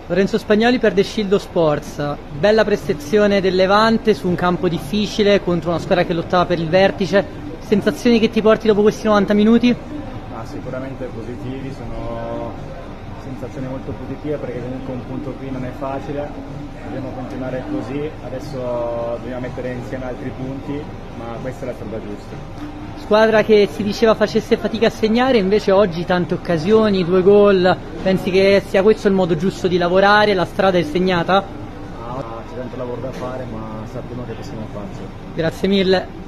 Lorenzo Spagnoli per The Shield Sports, bella prestazione del Levante su un campo difficile contro una squadra che lottava per il vertice, sensazioni che ti porti dopo questi 90 minuti? Sicuramente positivi, sono sensazioni molto positive perché comunque un punto qui non è facile, dobbiamo continuare così, adesso dobbiamo mettere insieme altri punti, ma questa è la strada giusta. Squadra che si diceva facesse fatica a segnare, invece oggi tante occasioni, 2 gol, pensi che sia questo il modo giusto di lavorare, la strada è segnata? C'è tanto lavoro da fare, ma sappiamo che possiamo farcela. Grazie mille.